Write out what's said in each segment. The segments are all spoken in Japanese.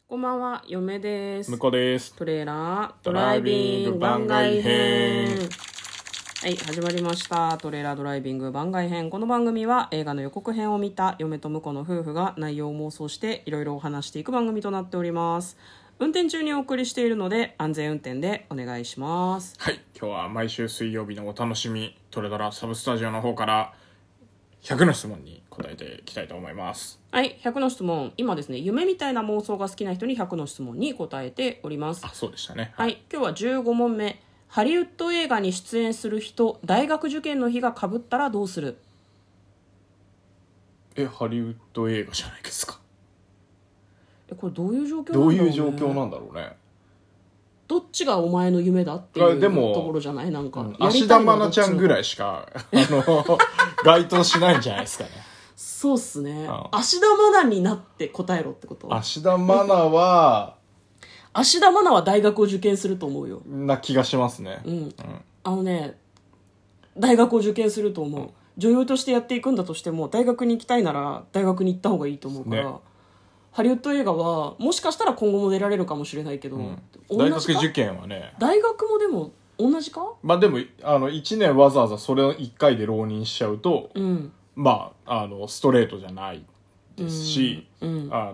こんばんは、嫁です。 向こうです。 トレーラードライビング番外編。はい、始まりました。トレーラードライビング番外編。この番組は映画の予告編を見た嫁と婿の夫婦が内容を妄想していろいろお話していく番組となっております。運転中にお送りしているので安全運転でお願いします。 はい、今日は毎週水曜日のお楽しみトレドラサブスタジオの方から100の質問に答えていきたいと思います。 はい、100の質問。今ですね、夢みたいな妄想が好きな人に100の質問に答えております。 あ、そうでしたね。 はい、今日は15問目。ハリウッド映画に出演する人、大学受験の日が被ったらどうする？ ハリウッド映画じゃないですか。 これどういう状況なんだろうね。 どういう状況なんだろうね。 どっちがお前の夢だっていうでもところじゃない？なんか、 芦田愛菜ちゃんぐらいしか該当しないんじゃないですかね。 そうっすね。芦田愛菜になって答えろってこと？ 芦田愛菜は芦田愛菜は大学を受験すると思うよ。 な気がしますね。 大学を受験すると思う。女優としてやっていくんだとしても、大学に行きたいなら大学に行った方がいいと思うから、ね、ハリウッド映画はもしかしたら今後も出られるかもしれないけど、 大学受験はね、 大学もでも同じか？ まあでも1年わざわざそれを1回で浪人しちゃうと、まあストレートじゃないですし、まあ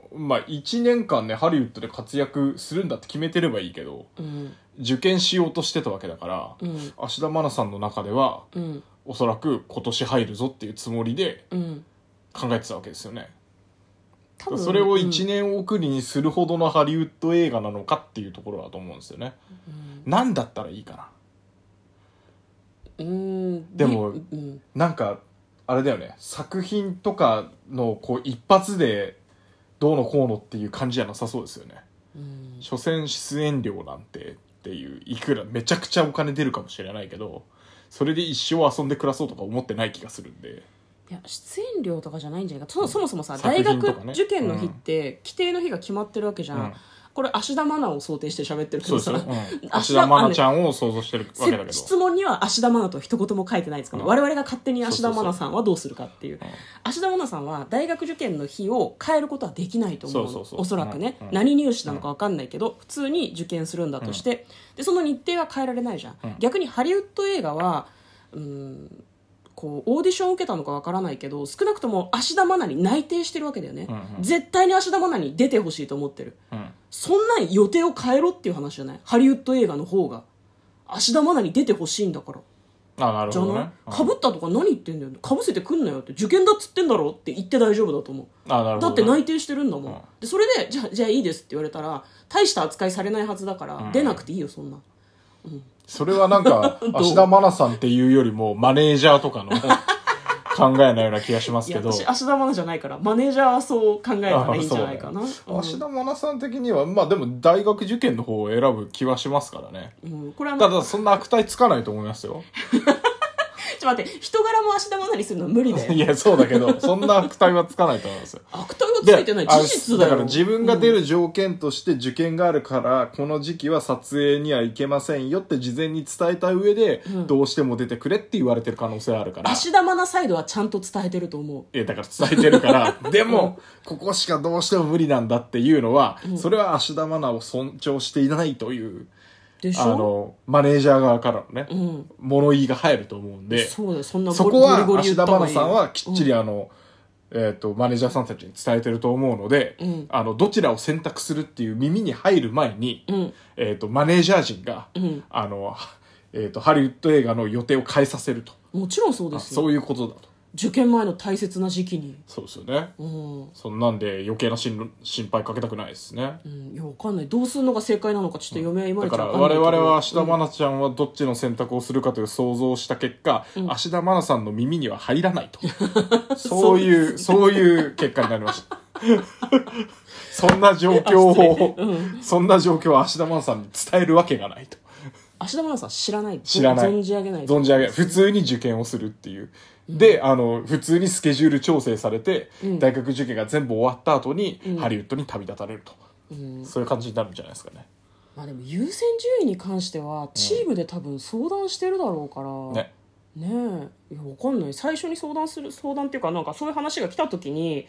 1年間ねハリウッドで活躍するんだって決めてればいいけど、受験しようとしてたわけだから、芦田愛菜さんの中では、おそらく今年入るぞっていうつもりで考えてたわけですよね。それを1年送りにするほどのハリウッド映画なのかっていうところだと思うんですよね。なんだったらいいかな。でも、なんかあれだよね、作品とかのこう一発でどうのこうのっていう感じじゃなさそうですよね。所詮出演料なんてっていう、いくらめちゃくちゃお金出るかもしれないけど、それで一生遊んで暮らそうとか思ってない気がするんで。 いや、出演料とかじゃないんじゃないか。そもそもさ、大学受験の日って規定の日が決まってるわけじゃん。これ芦田愛菜を想定して喋ってるけどさ、 芦田愛菜ちゃんを想像してるわけだけど、 質問には芦田愛菜と一言も書いてないですから、我々が勝手に芦田愛菜さんはどうするかっていう。芦田愛菜さんは大学受験の日を変えることはできないと思うの。おそらくね、何入試なのか分かんないけど、普通に受験するんだとして、でその日程は変えられないじゃん。逆にハリウッド映画はこうオーディションを受けたのかわからないけど、少なくとも芦田愛菜に内定してるわけだよね、絶対に芦田愛菜に出てほしいと思ってる、そんな予定を変えろっていう話じゃない？ハリウッド映画の方が芦田愛菜に出てほしいんだから。 なるほどね。 かぶったとか何言ってんだよ、かぶせてくんなよって、受験だっつってんだろって言って大丈夫だと思う。 なるほどね。 だって内定してるんだもん、でそれでじゃあいいですって言われたら大した扱いされないはずだから、出なくていいよそんな。 それはなんか芦田愛菜さんっていうよりもマネージャーとかの考えのような気がしますけど。 いや、私芦田愛菜じゃないからマネージャーはそう考えたらいいんじゃないかな。 芦田愛菜さん的にはまあでも大学受験の方を選ぶ気はしますからね、 これはただそんな悪態つかないと思いますよ。 ちょっと待って、人柄も芦田愛菜にするのは無理だよ。 いやそうだけどそんな悪態はつかないと思いますよ。 悪態はついてない、事実だよ。 だから自分が出る条件として受験があるから、この時期は撮影には行けませんよって事前に伝えた上で、どうしても出てくれって言われてる可能性あるから。 芦田愛菜サイドはちゃんと伝えてると思う。 だから伝えてるからでも、ここしかどうしても無理なんだっていうのは、それは芦田愛菜を尊重していないというでしょ、 マネージャー側からのね、物言いが入ると思うんで、 そうだよ、そんなそこは芦田愛菜さんはきっちりマネージャーさんたちに伝えてると思うので、どちらを選択するっていう耳に入る前に、マネージャー陣が、ハリウッド映画の予定を変えさせると。 もちろんそうですよ。 そういうことだと。 受験前の大切な時期に。 そうですよね、そんなんで余計な心配かけたくないですね。 いや、わかんない。どうするのが正解なのかちょっと嫁は今だから我々は芦田愛菜ちゃんはどっちの選択をするかという想像をした結果、芦田愛菜さんの耳には入らないとそういう結果になりましたそんな状況を芦田愛菜さんに伝えるわけがないと。 芦田愛菜さん知らない。 存じ上げない。普通に受験をするっていう。で、普通にスケジュール調整されて、大学受験が全部終わった後に、ハリウッドに旅立たれると。そういう感じになるんじゃないですかね。 まあでも優先順位に関しては、チームで多分相談してるだろうから。ねえ。いや、わかんない。最初に相談っていうか、なんかそういう話が来た時に、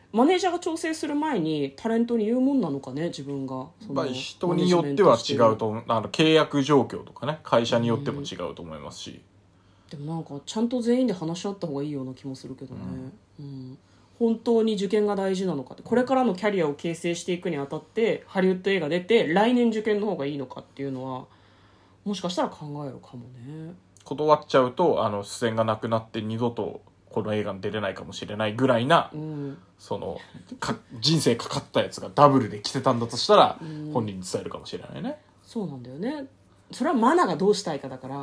マネージャーが調整する前にタレントに言うもんなのかね、自分がまあ、人によっては違うと思う。契約状況とかね、会社によっても違うと思いますし、 でもなんかちゃんと全員で話し合った方がいいような気もするけどね、本当に受験が大事なのかって、これからのキャリアを形成していくにあたってハリウッド映画出て来年受験の方がいいのかっていうのはもしかしたら考えるかもね。 断っちゃうと出演がなくなって二度とこの映画に出れないかもしれないぐらいな、人生かかったやつがダブルで来てたんだとしたら、本人に伝えるかもしれないね。 そうなんだよね。それはマナがどうしたいかだから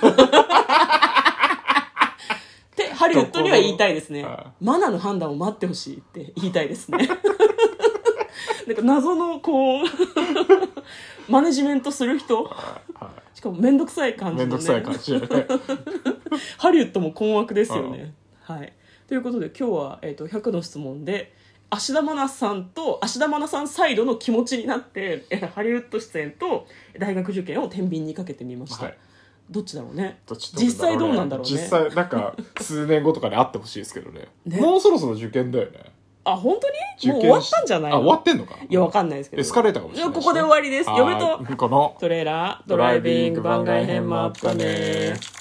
ってハリウッドには言いたいですね。マナの判断を待ってほしいって言いたいですねなんか謎のこうマネジメントする人、しかも面倒くさい感じのね、 面倒くさい感じだねハリウッドも困惑ですよね、はい。ということで今日は、100の質問で芦田愛菜さんと芦田愛菜さんサイドの気持ちになってハリウッド出演と大学受験を天秤にかけてみました、どっちだろうね。実際どうなんだろうね。 実際なんか数年後とかに会ってほしいですけど ねもうそろそろ受験だよね。 あ、本当にもう終わったんじゃないの？ 終わってんのか。 いや、わかんないですけど。 エスカレーターかもしれない、 ここで終わりです。嫁とこのトレーラードライビング番外編もあったね。